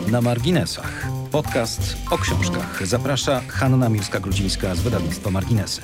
Na marginesach. Podcast o książkach. Zaprasza Hanna Milska-Grudzińska z wydawnictwa Marginesy.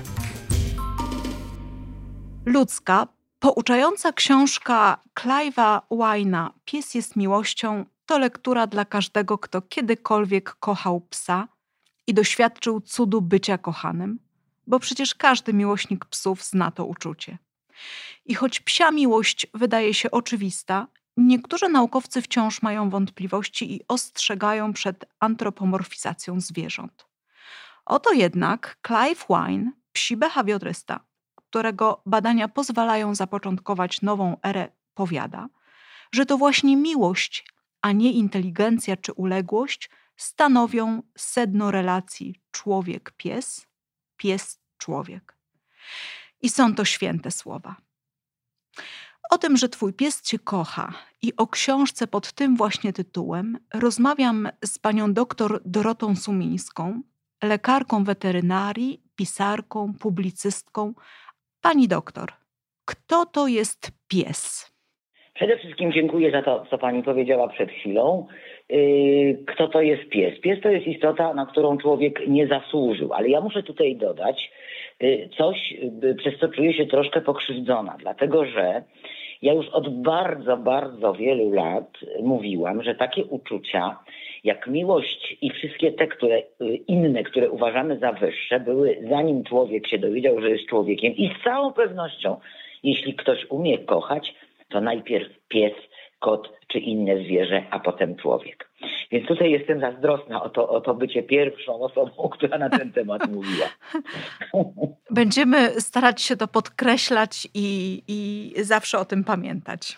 Ludzka, pouczająca książka Clive'a Owen'a Pies jest miłością to lektura dla każdego, kto kiedykolwiek kochał psa i doświadczył cudu bycia kochanym, bo przecież każdy miłośnik psów zna to uczucie. I choć psia miłość wydaje się oczywista, niektórzy naukowcy wciąż mają wątpliwości i ostrzegają przed antropomorfizacją zwierząt. Oto jednak Clive Owen, psi behawiorysta, którego badania pozwalają zapoczątkować nową erę, powiada, że to właśnie miłość, a nie inteligencja czy uległość stanowią sedno relacji człowiek-pies, pies-człowiek. I są to święte słowa. O tym, że twój pies cię kocha i o książce pod tym właśnie tytułem rozmawiam z panią doktor Dorotą Sumińską, lekarką weterynarii, pisarką, publicystką. Pani doktor, kto to jest pies? Przede wszystkim dziękuję za to, co pani powiedziała przed chwilą. Kto to jest pies? Pies to jest istota, na którą człowiek nie zasłużył, ale ja muszę tutaj dodać coś, przez co czuję się troszkę pokrzywdzona, dlatego że ja już od bardzo, bardzo wielu lat mówiłam, że takie uczucia jak miłość i wszystkie te inne, które uważamy za wyższe, były zanim człowiek się dowiedział, że jest człowiekiem i z całą pewnością, jeśli ktoś umie kochać, to najpierw pies, kot czy inne zwierzę, a potem człowiek. Więc tutaj jestem zazdrosna o to bycie pierwszą osobą, która na ten temat mówiła. Będziemy starać się to podkreślać i zawsze o tym pamiętać.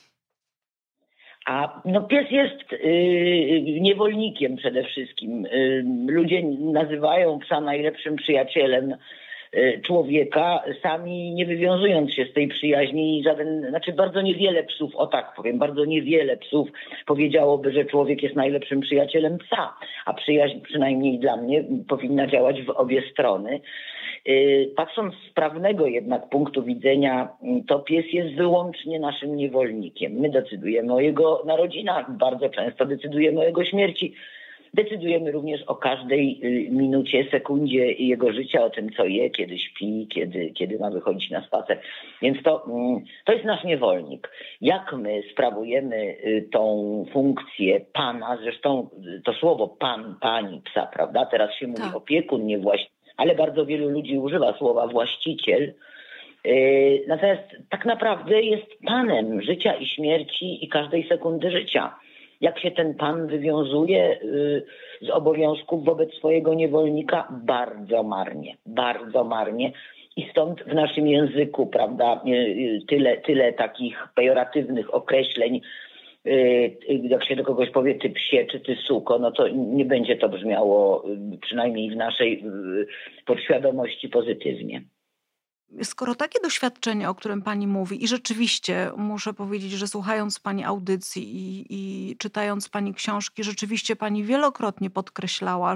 A pies jest niewolnikiem przede wszystkim. Ludzie nazywają psa najlepszym przyjacielem człowieka, sami nie wywiązując się z tej przyjaźni. Bardzo niewiele psów, o tak powiem, bardzo niewiele psów powiedziałoby, że człowiek jest najlepszym przyjacielem psa, a przyjaźń przynajmniej dla mnie powinna działać w obie strony. Patrząc z prawnego jednak punktu widzenia, to pies jest wyłącznie naszym niewolnikiem. My decydujemy o jego narodzinach, bardzo często decydujemy o jego śmierci. Decydujemy również o każdej minucie, sekundzie jego życia, o tym, co je, kiedy śpi, kiedy ma wychodzić na spacer. Więc to jest nasz niewolnik. Jak my sprawujemy tą funkcję pana, zresztą to słowo pan, pani psa, prawda? Teraz się mówi opiekun, nie właściciel, ale bardzo wielu ludzi używa słowa właściciel. Natomiast tak naprawdę jest panem życia i śmierci i każdej sekundy życia. Jak się ten pan wywiązuje z obowiązków wobec swojego niewolnika? Bardzo marnie. I stąd w naszym języku, prawda, tyle takich pejoratywnych określeń, jak się do kogoś powie ty psie czy ty suko, no to nie będzie to brzmiało przynajmniej w naszej podświadomości pozytywnie. Skoro takie doświadczenie, o którym pani mówi, i rzeczywiście muszę powiedzieć, że słuchając pani audycji i czytając pani książki, rzeczywiście pani wielokrotnie podkreślała,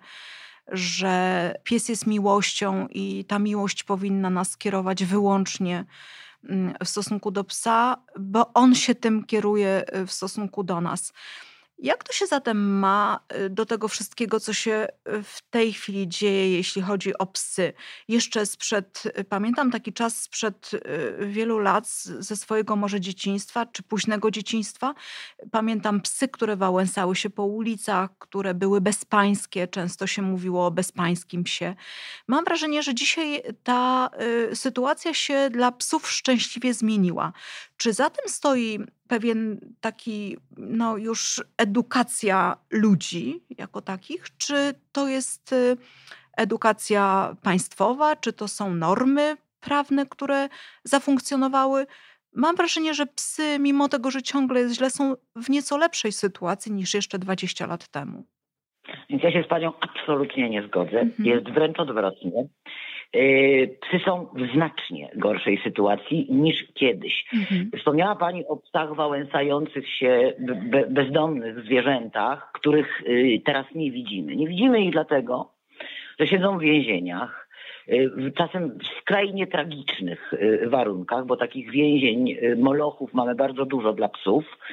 że pies jest miłością i ta miłość powinna nas kierować wyłącznie w stosunku do psa, bo on się tym kieruje w stosunku do nas. Jak to się zatem ma do tego wszystkiego, co się w tej chwili dzieje, jeśli chodzi o psy? Jeszcze pamiętam taki czas sprzed wielu lat ze swojego może dzieciństwa, czy późnego dzieciństwa. Pamiętam psy, które wałęsały się po ulicach, które były bezpańskie. Często się mówiło o bezpańskim psie. Mam wrażenie, że dzisiaj ta sytuacja się dla psów szczęśliwie zmieniła. Czy za tym stoi pewien taki już edukacja ludzi jako takich? Czy to jest edukacja państwowa? Czy to są normy prawne, które zafunkcjonowały? Mam wrażenie, że psy, mimo tego, że ciągle jest źle, są w nieco lepszej sytuacji niż jeszcze 20 lat temu. Więc ja się z panią absolutnie nie zgodzę. Jest wręcz odwrotnie. Psy są w znacznie gorszej sytuacji niż kiedyś. Wspomniała pani o psach wałęsających się, bezdomnych zwierzętach, których teraz nie widzimy. Nie widzimy ich dlatego, że siedzą w więzieniach, czasem w skrajnie tragicznych warunkach, bo takich więzień, molochów mamy bardzo dużo dla psów.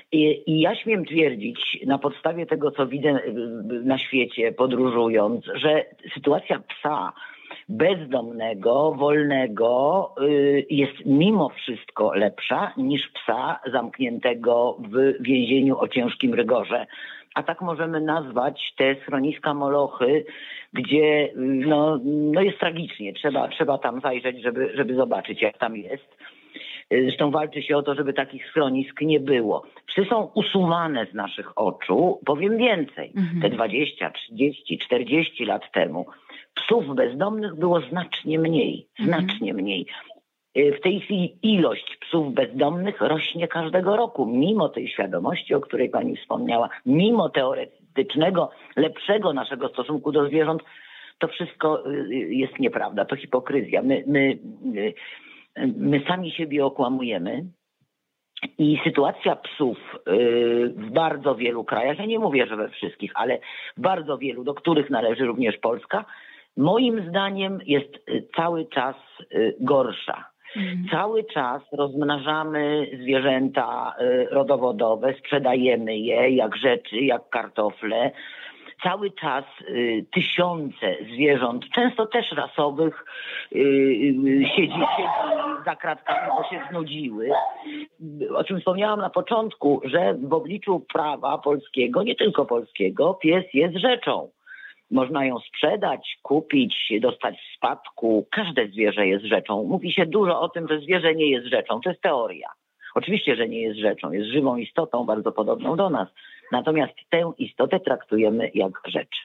I ja śmiem twierdzić, na podstawie tego, co widzę na świecie, podróżując, że sytuacja psa bezdomnego, wolnego jest mimo wszystko lepsza niż psa zamkniętego w więzieniu o ciężkim rygorze. A tak możemy nazwać te schroniska Molochy, gdzie no jest tragicznie. Trzeba tam zajrzeć, żeby zobaczyć, jak tam jest. Zresztą walczy się o to, żeby takich schronisk nie było. Psy są usuwane z naszych oczu. Powiem więcej. Te 20, 30, 40 lat temu psów bezdomnych było znacznie mniej. Znacznie mniej. W tej chwili ilość psów bezdomnych rośnie każdego roku. Mimo tej świadomości, o której pani wspomniała, mimo teoretycznego, lepszego naszego stosunku do zwierząt, to wszystko jest nieprawda. To hipokryzja. My sami siebie okłamujemy i sytuacja psów w bardzo wielu krajach, ja nie mówię, że we wszystkich, ale w bardzo wielu, do których należy również Polska, moim zdaniem jest cały czas gorsza. Cały czas rozmnażamy zwierzęta rodowodowe, sprzedajemy je jak rzeczy, jak kartofle. Cały czas tysiące zwierząt, często też rasowych, siedzi za kratkami, bo się znudziły. O czym wspomniałam na początku, że w obliczu prawa polskiego, nie tylko polskiego, pies jest rzeczą. Można ją sprzedać, kupić, dostać w spadku. Każde zwierzę jest rzeczą. Mówi się dużo o tym, że zwierzę nie jest rzeczą. To jest teoria. Oczywiście, że nie jest rzeczą. Jest żywą istotą, bardzo podobną do nas. Natomiast tę istotę traktujemy jak rzecz.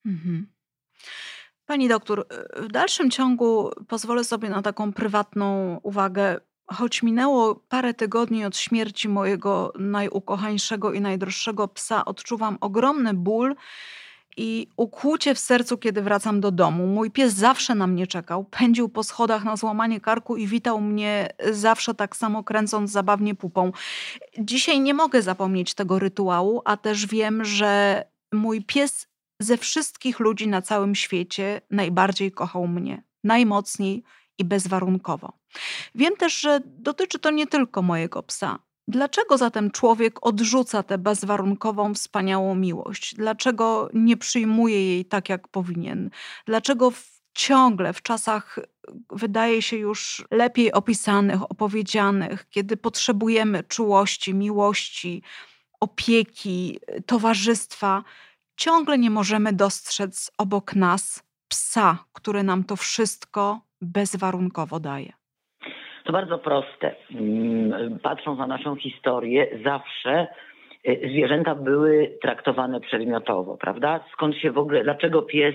Pani doktor, w dalszym ciągu pozwolę sobie na taką prywatną uwagę. Choć minęło parę tygodni od śmierci mojego najukochańszego i najdroższego psa, odczuwam ogromny ból i ukłucie w sercu, kiedy wracam do domu. Mój pies zawsze na mnie czekał, pędził po schodach na złamanie karku i witał mnie zawsze tak samo, kręcąc zabawnie pupą. Dzisiaj nie mogę zapomnieć tego rytuału, a też wiem, że mój pies ze wszystkich ludzi na całym świecie najbardziej kochał mnie. Najmocniej i bezwarunkowo. Wiem też, że dotyczy to nie tylko mojego psa. Dlaczego zatem człowiek odrzuca tę bezwarunkową, wspaniałą miłość? Dlaczego nie przyjmuje jej tak, jak powinien? Dlaczego ciągle w czasach, wydaje się już lepiej opisanych, opowiedzianych, kiedy potrzebujemy czułości, miłości, opieki, towarzystwa, ciągle nie możemy dostrzec obok nas psa, który nam to wszystko bezwarunkowo daje? To bardzo proste. Patrząc na naszą historię, zawsze zwierzęta były traktowane przedmiotowo, prawda? Skąd się w ogóle, dlaczego pies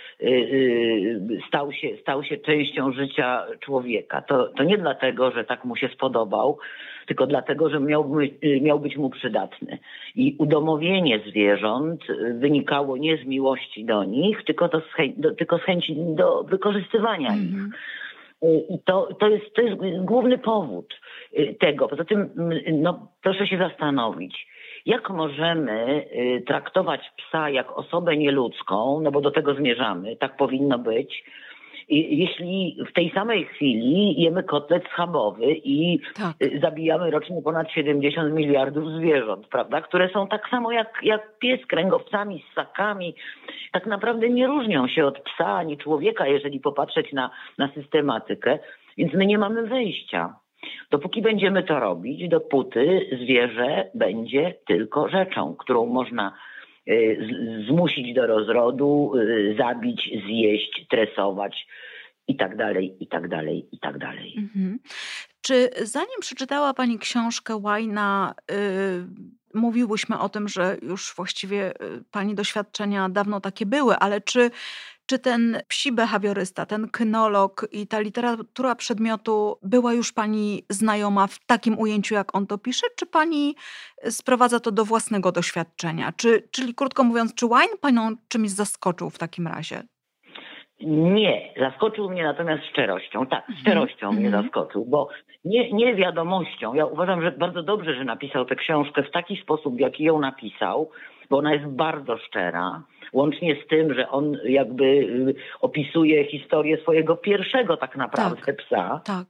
stał się częścią życia człowieka? To nie dlatego, że tak mu się spodobał, tylko dlatego, że miał być mu przydatny. I udomowienie zwierząt wynikało nie z miłości do nich, tylko z chęci do wykorzystywania ich. I to jest główny powód tego. Poza tym proszę się zastanowić, jak możemy traktować psa jak osobę nieludzką, no bo do tego zmierzamy, tak powinno być, jeśli w tej samej chwili jemy kotlet schabowy i zabijamy rocznie ponad 70 miliardów zwierząt, prawda, które są tak samo jak pies, kręgowcami, ssakami, tak naprawdę nie różnią się od psa ani człowieka, jeżeli popatrzeć na systematykę, więc my nie mamy wyjścia. Dopóki będziemy to robić, dopóty zwierzę będzie tylko rzeczą, którą można zmusić do rozrodu, zabić, zjeść, tresować i tak dalej, i tak dalej, i tak dalej. Czy zanim przeczytała Pani książkę Wine'a, mówiłyśmy o tym, że już właściwie Pani doświadczenia dawno takie były, ale czy ten psi behawiorysta, ten kynolog i ta literatura przedmiotu była już Pani znajoma w takim ujęciu, jak on to pisze, czy Pani sprowadza to do własnego doświadczenia? Czyli krótko mówiąc, czy Wine Panią czymś zaskoczył w takim razie? Nie, zaskoczył mnie natomiast szczerością. Tak, szczerością mnie zaskoczył, bo nie wiadomością. Ja uważam, że bardzo dobrze, że napisał tę książkę w taki sposób, w jaki ją napisał, bo ona jest bardzo szczera. Łącznie z tym, że on jakby opisuje historię swojego pierwszego tak naprawdę psa. Tak.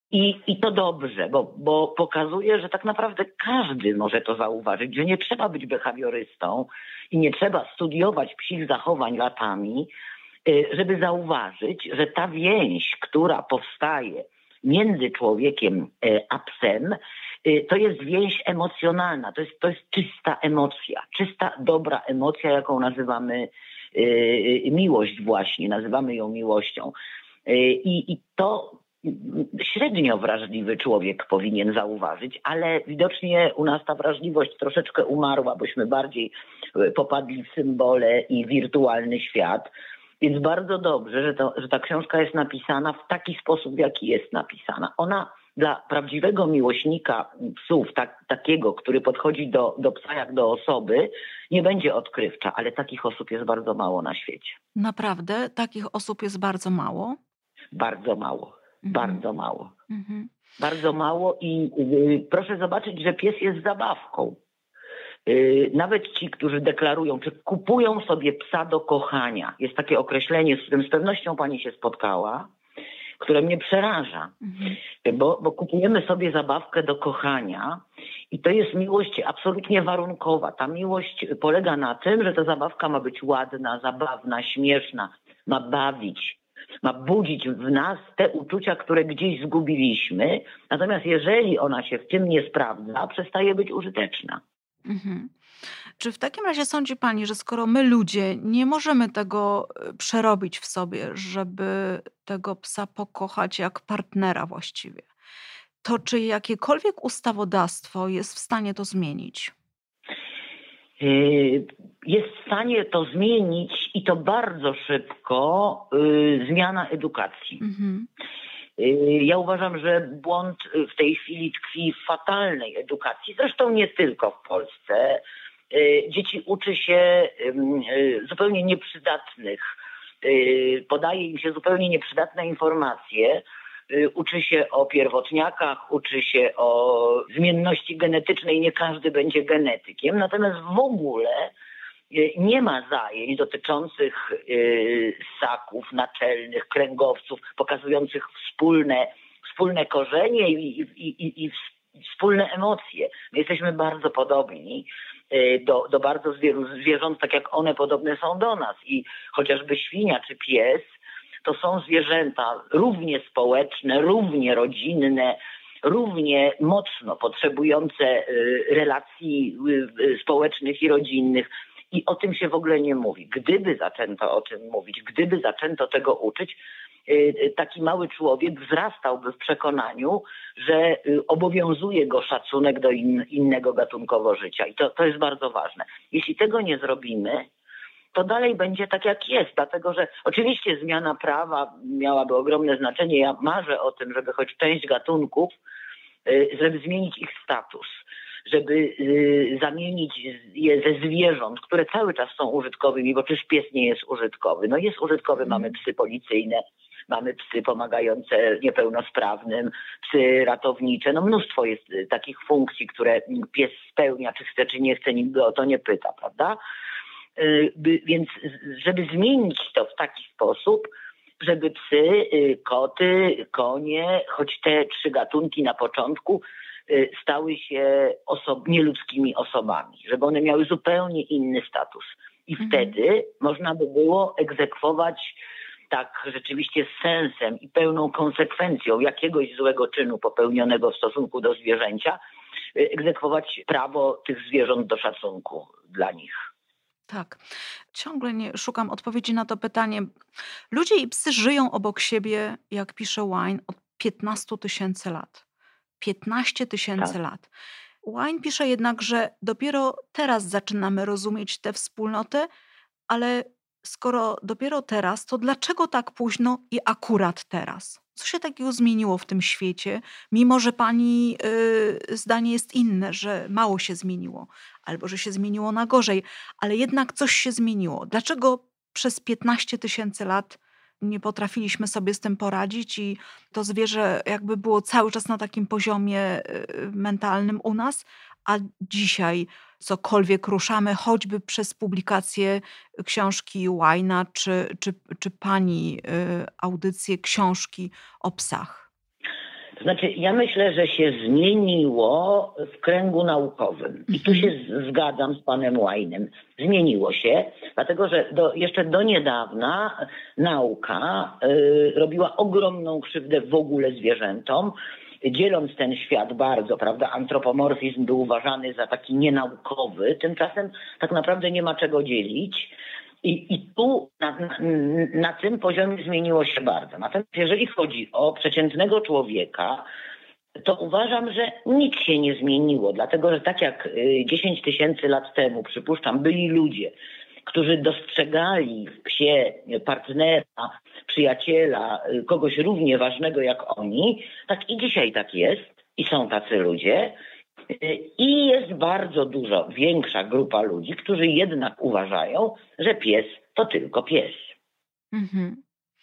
I to dobrze, bo pokazuje, że tak naprawdę każdy może to zauważyć, że nie trzeba być behawiorystą i nie trzeba studiować psich zachowań latami, żeby zauważyć, że ta więź, która powstaje między człowiekiem a psem, to jest więź emocjonalna, to jest czysta emocja, czysta, dobra emocja, jaką nazywamy miłość właśnie, nazywamy ją miłością. I to średnio wrażliwy człowiek powinien zauważyć, ale widocznie u nas ta wrażliwość troszeczkę umarła, bośmy bardziej popadli w symbole i wirtualny świat. Więc bardzo dobrze, że ta książka jest napisana w taki sposób, w jaki jest napisana. Ona dla prawdziwego miłośnika psów, takiego, który podchodzi do psa jak do osoby, nie będzie odkrywcza, ale takich osób jest bardzo mało na świecie. Naprawdę? Takich osób jest bardzo mało? Bardzo mało. Bardzo mało. Mhm. Bardzo mało i proszę zobaczyć, że pies jest zabawką. Nawet ci, którzy deklarują, czy kupują sobie psa do kochania. Jest takie określenie, z którym z pewnością pani się spotkała, które mnie przeraża. Bo kupujemy sobie zabawkę do kochania i to jest miłość absolutnie warunkowa. Ta miłość polega na tym, że ta zabawka ma być ładna, zabawna, śmieszna, ma bawić. Ma budzić w nas te uczucia, które gdzieś zgubiliśmy. Natomiast jeżeli ona się w tym nie sprawdza, przestaje być użyteczna. Mhm. Czy w takim razie sądzi pani, że skoro my ludzie nie możemy tego przerobić w sobie, żeby tego psa pokochać jak partnera właściwie, to czy jakiekolwiek ustawodawstwo jest w stanie to zmienić? Jest w stanie to zmienić i to bardzo szybko zmiana edukacji. Ja uważam, że błąd w tej chwili tkwi w fatalnej edukacji, zresztą nie tylko w Polsce. Dzieci uczy się zupełnie nieprzydatnych, podaje im się zupełnie nieprzydatne informacje, uczy się o pierwotniakach, uczy się o zmienności genetycznej, nie każdy będzie genetykiem, natomiast w ogóle nie ma zajęć dotyczących ssaków naczelnych, kręgowców, pokazujących wspólne korzenie i wspólne emocje. My jesteśmy bardzo podobni do bardzo wielu zwierząt, tak jak one podobne są do nas. I chociażby świnia czy pies to są zwierzęta równie społeczne, równie rodzinne, równie mocno potrzebujące relacji społecznych i rodzinnych. I o tym się w ogóle nie mówi. Gdyby zaczęto o tym mówić, gdyby zaczęto tego uczyć, taki mały człowiek wzrastałby w przekonaniu, że obowiązuje go szacunek do innego gatunkowo życia. I to jest bardzo ważne. Jeśli tego nie zrobimy, to dalej będzie tak jak jest, dlatego że oczywiście zmiana prawa miałaby ogromne znaczenie. Ja marzę o tym, żeby choć część gatunków, żeby zmienić ich status, żeby zamienić je ze zwierząt, które cały czas są użytkowymi, bo czyż pies nie jest użytkowy? No jest użytkowy, mamy psy policyjne, mamy psy pomagające niepełnosprawnym, psy ratownicze, no mnóstwo jest takich funkcji, które pies spełnia, czy chce, czy nie chce, nikt go o to nie pyta, prawda? Więc żeby zmienić to w taki sposób, żeby psy, koty, konie, choć te 3 gatunki na początku stały się nieludzkimi osobami, żeby one miały zupełnie inny status. I wtedy można by było egzekwować tak rzeczywiście z sensem i pełną konsekwencją jakiegoś złego czynu popełnionego w stosunku do zwierzęcia, egzekwować prawo tych zwierząt do szacunku dla nich. Tak. Ciągle nie szukam odpowiedzi na to pytanie. Ludzie i psy żyją obok siebie, jak pisze Wine, od 15 000 lat. 15 000 lat. Wine pisze jednak, że dopiero teraz zaczynamy rozumieć tę wspólnotę, ale skoro dopiero teraz, to dlaczego tak późno i akurat teraz? Co się takiego zmieniło w tym świecie, mimo że pani zdanie jest inne, że mało się zmieniło, albo że się zmieniło na gorzej, ale jednak coś się zmieniło. Dlaczego przez 15 000 lat nie potrafiliśmy sobie z tym poradzić i to zwierzę jakby było cały czas na takim poziomie mentalnym u nas, a dzisiaj cokolwiek ruszamy, choćby przez publikację książki Wine'a czy pani audycję książki o psach? Znaczy, ja myślę, że się zmieniło w kręgu naukowym. I tu się zgadzam z panem Łajnem. Zmieniło się, dlatego że jeszcze do niedawna nauka robiła ogromną krzywdę w ogóle zwierzętom, dzieląc ten świat bardzo, prawda? Antropomorfizm był uważany za taki nienaukowy, tymczasem tak naprawdę nie ma czego dzielić. I tu na tym poziomie zmieniło się bardzo. Natomiast jeżeli chodzi o przeciętnego człowieka, to uważam, że nic się nie zmieniło, dlatego że tak jak 10 000 lat temu, przypuszczam, byli ludzie, którzy dostrzegali w psie partnera, przyjaciela, kogoś równie ważnego jak oni, tak i dzisiaj tak jest i są tacy ludzie. I jest bardzo dużo większa grupa ludzi, którzy jednak uważają, że pies to tylko pies. Mhm.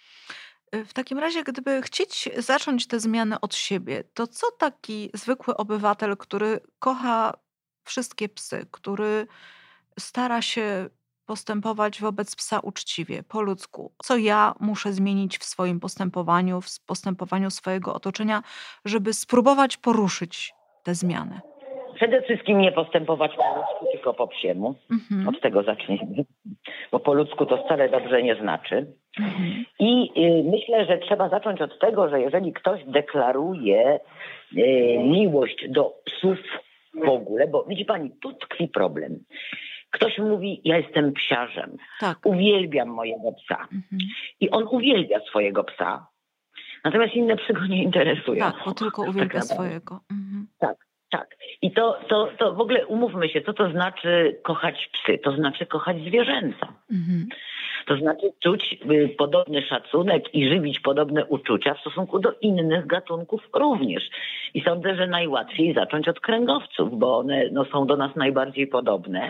W takim razie, gdyby chcieć zacząć te zmiany od siebie, to co taki zwykły obywatel, który kocha wszystkie psy, który stara się postępować wobec psa uczciwie, po ludzku, co ja muszę zmienić w swoim postępowaniu, w postępowaniu swojego otoczenia, żeby spróbować poruszyć te zmiany? Przede wszystkim nie postępować po ludzku, tylko po psiemu. Od tego zacznijmy, bo po ludzku to wcale dobrze nie znaczy. I myślę, że trzeba zacząć od tego, że jeżeli ktoś deklaruje miłość do psów w ogóle, bo widzi pani, tu tkwi problem. Ktoś mówi, ja jestem psiarzem, Tak. Uwielbiam mojego psa. I on uwielbia swojego psa, natomiast inne psy go nie interesują. Tak, bo tylko uwielbia swojego. Tak. I to w ogóle umówmy się, co to znaczy kochać psy? To znaczy kochać zwierzęta. To znaczy czuć podobny szacunek i żywić podobne uczucia w stosunku do innych gatunków również. I sądzę, że najłatwiej zacząć od kręgowców, bo one są do nas najbardziej podobne.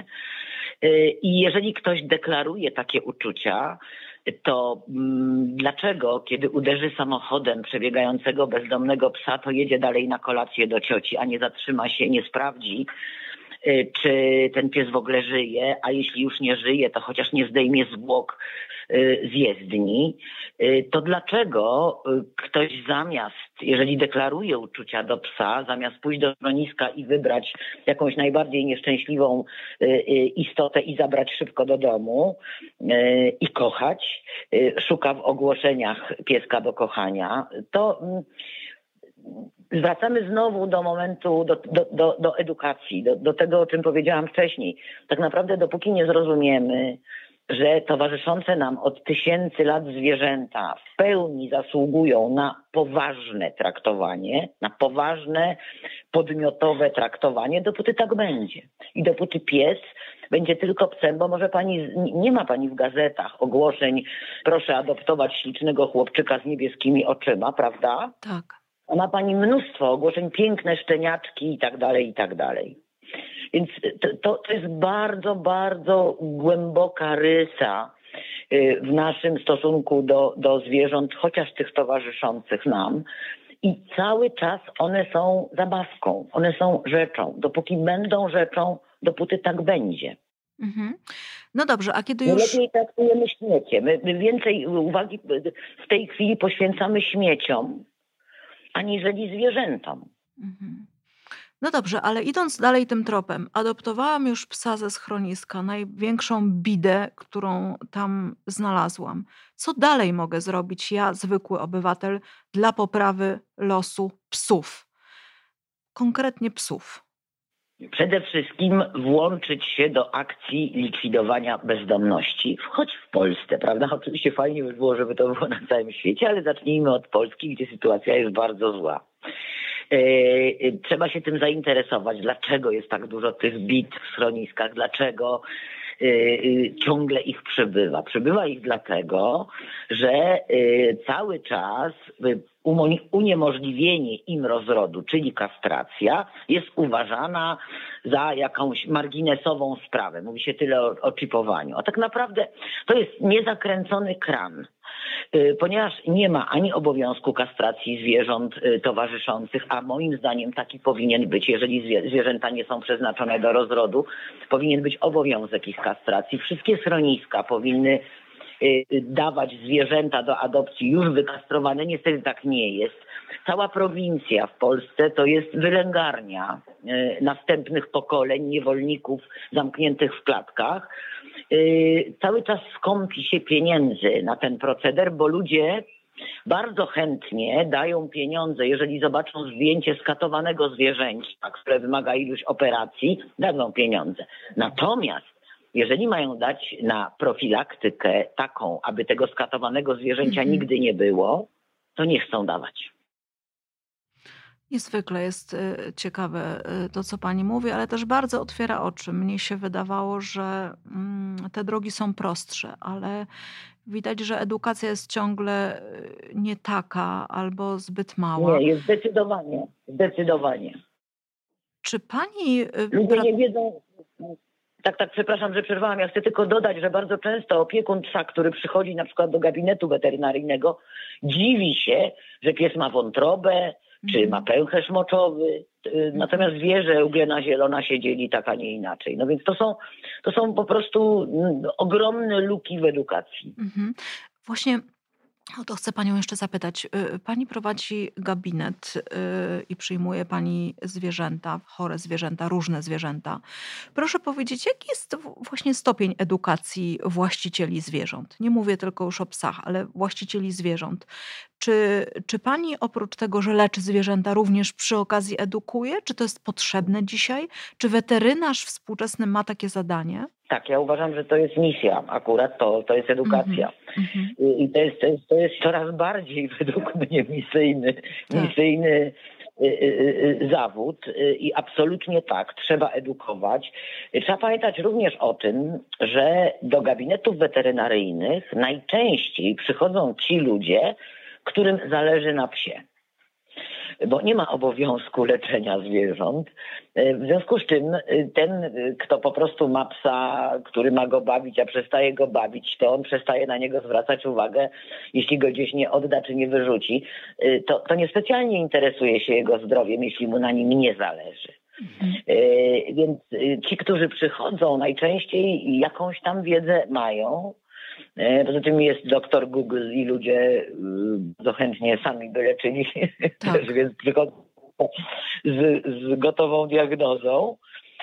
I jeżeli ktoś deklaruje takie uczucia, to dlaczego, kiedy uderzy samochodem przebiegającego bezdomnego psa, to jedzie dalej na kolację do cioci, a nie zatrzyma się, nie sprawdzi, czy ten pies w ogóle żyje, a jeśli już nie żyje, to chociaż nie zdejmie zwłok z jezdni, to dlaczego ktoś jeżeli deklaruje uczucia do psa, zamiast pójść do schroniska i wybrać jakąś najbardziej nieszczęśliwą istotę i zabrać szybko do domu i kochać, szuka w ogłoszeniach pieska do kochania, to zwracamy znowu do momentu, do edukacji, do tego, o czym powiedziałam wcześniej. Tak naprawdę dopóki nie zrozumiemy, że towarzyszące nam od tysięcy lat zwierzęta w pełni zasługują na poważne traktowanie, na poważne, podmiotowe traktowanie, dopóty tak będzie. I dopóty pies będzie tylko psem, bo może nie ma pani w gazetach ogłoszeń, proszę adoptować ślicznego chłopczyka z niebieskimi oczyma, prawda? Tak. A ma pani mnóstwo ogłoszeń, piękne szczeniaczki i tak dalej, i tak dalej. Więc to jest bardzo, bardzo głęboka rysa w naszym stosunku do zwierząt, chociaż tych towarzyszących nam. I cały czas one są zabawką, one są rzeczą. Dopóki będą rzeczą, dopóty tak będzie. No dobrze, a kiedy już... Lepiej traktujemy śmiecie. My więcej uwagi w tej chwili poświęcamy śmieciom, aniżeli zwierzętom. No dobrze, ale idąc dalej tym tropem, adoptowałam już psa ze schroniska, największą bidę, którą tam znalazłam. Co dalej mogę zrobić ja, zwykły obywatel, dla poprawy losu psów? Konkretnie psów. Przede wszystkim włączyć się do akcji likwidowania bezdomności, choć w Polsce, prawda? Oczywiście fajnie by było, żeby to było na całym świecie, ale zacznijmy od Polski, gdzie sytuacja jest bardzo zła. Trzeba się tym zainteresować, dlaczego jest tak dużo tych bid w schroniskach, dlaczego ciągle ich przybywa. Przybywa ich dlatego, że cały czas uniemożliwienie im rozrodu, czyli kastracja, jest uważana za jakąś marginesową sprawę. Mówi się tyle o czipowaniu. A tak naprawdę to jest niezakręcony kran. Ponieważ nie ma ani obowiązku kastracji zwierząt towarzyszących, a moim zdaniem taki powinien być, jeżeli zwierzęta nie są przeznaczone do rozrodu, powinien być obowiązek ich kastracji. Wszystkie schroniska powinny dawać zwierzęta do adopcji już wykastrowane. Niestety tak nie jest. Cała prowincja w Polsce to jest wylęgarnia następnych pokoleń niewolników zamkniętych w klatkach. Cały czas skąpi się pieniędzy na ten proceder, bo ludzie bardzo chętnie dają pieniądze, jeżeli zobaczą zdjęcie skatowanego zwierzęcia, które wymaga iluś operacji, dadzą pieniądze. Natomiast jeżeli mają dać na profilaktykę taką, aby tego skatowanego zwierzęcia nigdy nie było, to nie chcą dawać. Niezwykle jest ciekawe to, co pani mówi, ale też bardzo otwiera oczy. Mnie się wydawało, że te drogi są prostsze, ale widać, że edukacja jest ciągle nie taka albo zbyt mała. Nie, jest zdecydowanie. Czy pani... Ludzie nie wiedzą... Tak, przepraszam, że przerwałam. Ja chcę tylko dodać, że bardzo często opiekun psa, który przychodzi na przykład do gabinetu weterynaryjnego, dziwi się, że pies ma wątrobę, czy ma pęcherz moczowy. Natomiast wie, że uglena zielona się dzieli tak, a nie inaczej. No więc to są po prostu ogromne luki w edukacji. Właśnie o to chcę panią jeszcze zapytać. Pani prowadzi gabinet i przyjmuje pani zwierzęta, chore zwierzęta, różne zwierzęta. Proszę powiedzieć, jaki jest właśnie stopień edukacji właścicieli zwierząt? Nie mówię tylko już o psach, ale właścicieli zwierząt. Czy pani oprócz tego, że leczy zwierzęta, również przy okazji edukuje? Czy to jest potrzebne dzisiaj? Czy weterynarz współczesny ma takie zadanie? Tak, ja uważam, że to jest misja akurat, to jest edukacja. I to jest coraz bardziej według mnie misyjny zawód i absolutnie tak, trzeba edukować. Trzeba pamiętać również o tym, że do gabinetów weterynaryjnych najczęściej przychodzą ci ludzie, którym zależy na psie. Bo nie ma obowiązku leczenia zwierząt. W związku z czym ten, kto po prostu ma psa, który ma go bawić, a przestaje go bawić, to on przestaje na niego zwracać uwagę, jeśli go gdzieś nie odda czy nie wyrzuci. To niespecjalnie interesuje się jego zdrowiem, jeśli mu na nim nie zależy. Więc ci, którzy przychodzą, najczęściej jakąś tam wiedzę mają. Poza tym jest doktor Google i ludzie bardzo chętnie sami by leczyli, tak. Więc przychodzą z gotową diagnozą.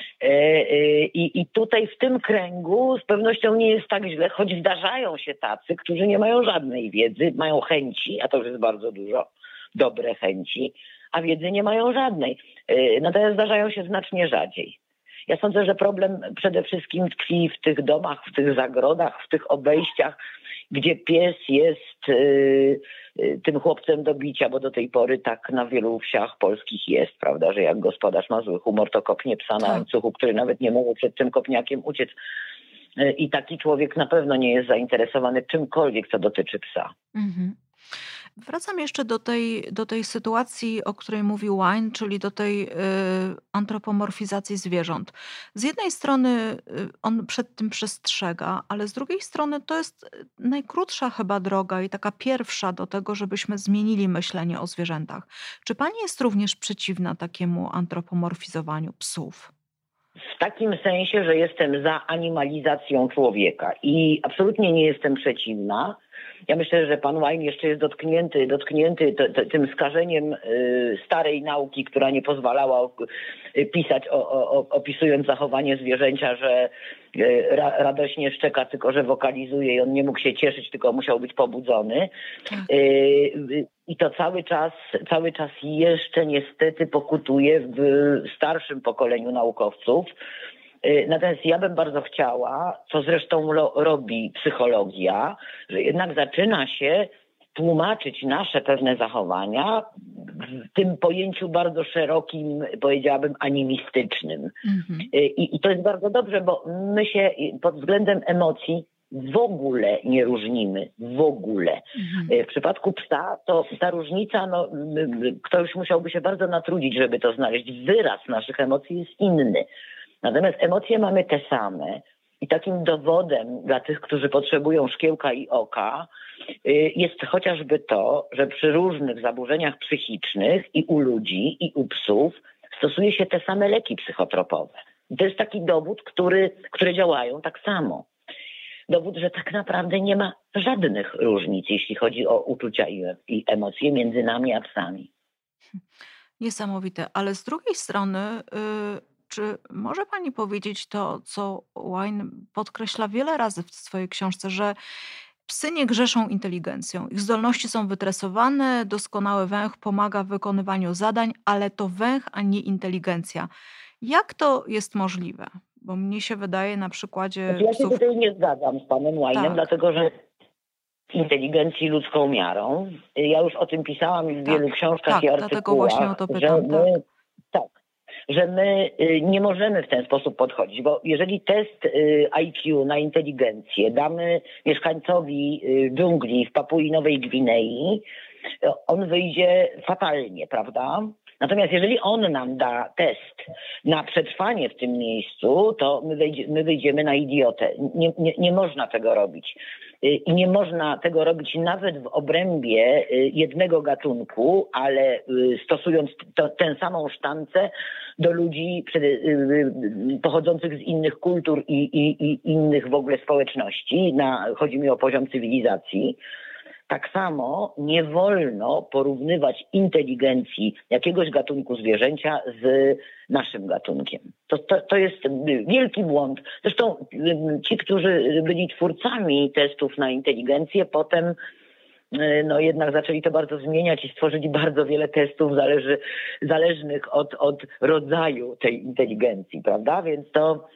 I tutaj w tym kręgu z pewnością nie jest tak źle, choć zdarzają się tacy, którzy nie mają żadnej wiedzy, mają chęci, a to już jest bardzo dużo, dobre chęci, a wiedzy nie mają żadnej. Natomiast zdarzają się znacznie rzadziej. Ja sądzę, że problem przede wszystkim tkwi w tych domach, w tych zagrodach, w tych obejściach, gdzie pies jest tym chłopcem do bicia, bo do tej pory tak na wielu wsiach polskich jest, prawda, że jak gospodarz ma zły humor, to kopnie psa na łańcuchu, który nawet nie może przed tym kopniakiem uciec. I taki człowiek na pewno nie jest zainteresowany czymkolwiek, co dotyczy psa. Wracam jeszcze do tej sytuacji, o której mówił Wine, czyli do tej antropomorfizacji zwierząt. Z jednej strony on przed tym przestrzega, ale z drugiej strony to jest najkrótsza chyba droga i taka pierwsza do tego, żebyśmy zmienili myślenie o zwierzętach. Czy pani jest również przeciwna takiemu antropomorfizowaniu psów? W takim sensie, że jestem za animalizacją człowieka i absolutnie nie jestem przeciwna. Ja myślę, że pan Wine jeszcze jest dotknięty tym skażeniem starej nauki, która nie pozwalała pisać, opisując zachowanie zwierzęcia, że radośnie szczeka, tylko że wokalizuje i on nie mógł się cieszyć, tylko musiał być pobudzony. I to cały czas jeszcze niestety pokutuje w starszym pokoleniu naukowców. Natomiast ja bym bardzo chciała, co zresztą robi psychologia, że jednak zaczyna się tłumaczyć nasze pewne zachowania w tym pojęciu bardzo szerokim, powiedziałabym, animistycznym. I to jest bardzo dobrze, bo my się pod względem emocji w ogóle nie różnimy. W ogóle. W przypadku psa to ta różnica, ktoś musiałby się bardzo natrudzić, żeby to znaleźć. Wyraz naszych emocji jest inny. Natomiast emocje mamy te same i takim dowodem dla tych, którzy potrzebują szkiełka i oka jest chociażby to, że przy różnych zaburzeniach psychicznych i u ludzi, i u psów stosuje się te same leki psychotropowe. I to jest taki dowód, które działają tak samo. dowód, że tak naprawdę nie ma żadnych różnic, jeśli chodzi o uczucia i emocje między nami a psami. Niesamowite. Ale z drugiej strony, czy może pani powiedzieć to, co Wine podkreśla wiele razy w swojej książce, że psy nie grzeszą inteligencją. Ich zdolności są wytresowane, doskonały węch pomaga w wykonywaniu zadań, ale to węch, a nie inteligencja. Jak to jest możliwe? Bo mnie się wydaje na przykładzie Ja się psów... tutaj nie zgadzam z panem Wine'em, Tak. dlatego że inteligencji ludzką miarą. Ja już o tym pisałam w wielu książkach i dlatego artykułach, właśnie o to że pytam. że my nie możemy w ten sposób podchodzić, bo jeżeli test IQ na inteligencję damy mieszkańcowi dżungli w Papui Nowej Gwinei, on wyjdzie fatalnie, prawda? Natomiast jeżeli on nam da test na przetrwanie w tym miejscu, to my wyjdziemy na idiotę. Nie można tego robić. I nie można tego robić nawet w obrębie jednego gatunku, ale stosując tę samą sztancę do ludzi pochodzących z innych kultur i innych w ogóle społeczności. Chodzi mi o poziom cywilizacji. Tak samo nie wolno porównywać inteligencji jakiegoś gatunku zwierzęcia z naszym gatunkiem. To jest wielki błąd. Zresztą ci, którzy byli twórcami testów na inteligencję, potem jednak zaczęli to bardzo zmieniać i stworzyli bardzo wiele testów zależnych od rodzaju tej inteligencji, prawda? Więc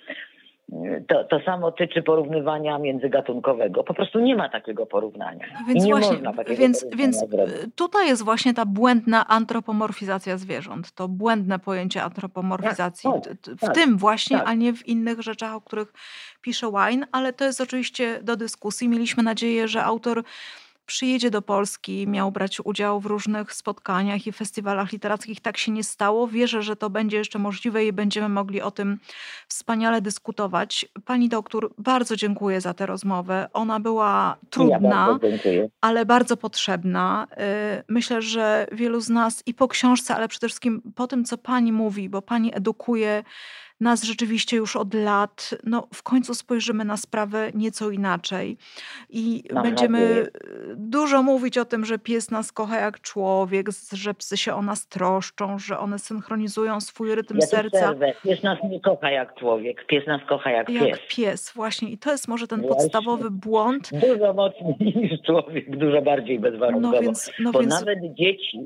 to samo tyczy porównywania międzygatunkowego. Po prostu nie ma takiego porównania. Więc I nie właśnie, można takiego więc porównania zrobić. tutaj jest właśnie ta błędna antropomorfizacja zwierząt. To błędne pojęcie antropomorfizacji. W tym właśnie, a nie w innych rzeczach, o których pisze Wine, ale to jest oczywiście do dyskusji. Mieliśmy nadzieję, że autor przyjedzie do Polski, miał brać udział w różnych spotkaniach i festiwalach literackich. Tak się nie stało. Wierzę, że to będzie jeszcze możliwe i będziemy mogli o tym wspaniale dyskutować. Pani doktor, bardzo dziękuję za tę rozmowę. Ona była trudna, ale bardzo potrzebna. Myślę, że wielu z nas i po książce, ale przede wszystkim po tym, co pani mówi, bo pani edukuje nas rzeczywiście już od lat, w końcu spojrzymy na sprawę nieco inaczej. I będziemy dużo mówić o tym, że pies nas kocha jak człowiek, że psy się o nas troszczą, że one synchronizują swój rytm serca. Pies nas nie kocha jak człowiek, pies nas kocha jak pies. Jak pies, właśnie. I to jest może ten podstawowy błąd. Dużo mocniej niż człowiek, dużo bardziej bezwarunkowo. Bo nawet dzieci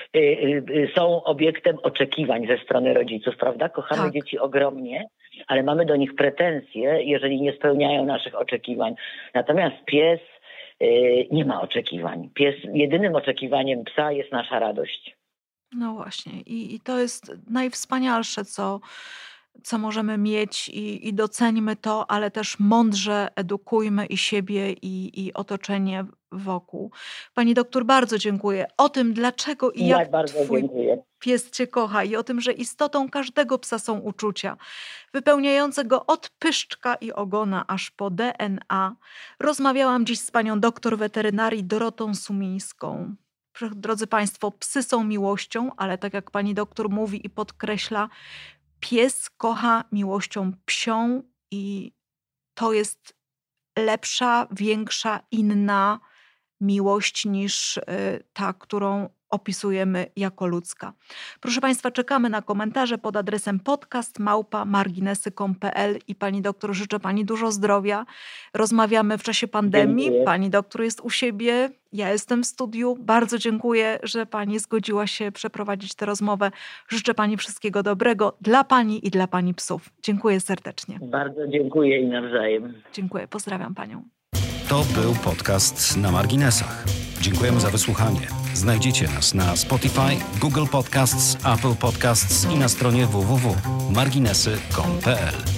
są obiektem oczekiwań ze strony rodziców, prawda? Kochamy dzieci ogromnie, ale mamy do nich pretensje, jeżeli nie spełniają naszych oczekiwań. Natomiast pies nie ma oczekiwań. Jedynym oczekiwaniem psa jest nasza radość. No właśnie. I to jest najwspanialsze, co możemy mieć i doceńmy to, ale też mądrze edukujmy i siebie, i otoczenie wokół. Pani doktor, bardzo dziękuję. O tym, dlaczego i jak twój pies cię kocha i o tym, że istotą każdego psa są uczucia, wypełniające go od pyszczka i ogona aż po DNA. Rozmawiałam dziś z panią doktor weterynarii Dorotą Sumińską. Drodzy państwo, psy są miłością, ale tak jak pani doktor mówi i podkreśla, pies kocha miłością psią i to jest lepsza, większa, inna miłość niż ta, którą opisujemy jako ludzka. Proszę państwa, czekamy na komentarze pod adresem podcast@marginesy.pl i pani doktor, życzę pani dużo zdrowia. Rozmawiamy w czasie pandemii. Dziękuję. Pani doktor jest u siebie, ja jestem w studiu. Bardzo dziękuję, że pani zgodziła się przeprowadzić tę rozmowę. Życzę pani wszystkiego dobrego dla pani i dla pani psów. Dziękuję serdecznie. Bardzo dziękuję i nawzajem. Dziękuję, pozdrawiam panią. To był podcast Na Marginesach. Dziękujemy za wysłuchanie. Znajdziecie nas na Spotify, Google Podcasts, Apple Podcasts i na stronie www.marginesy.pl.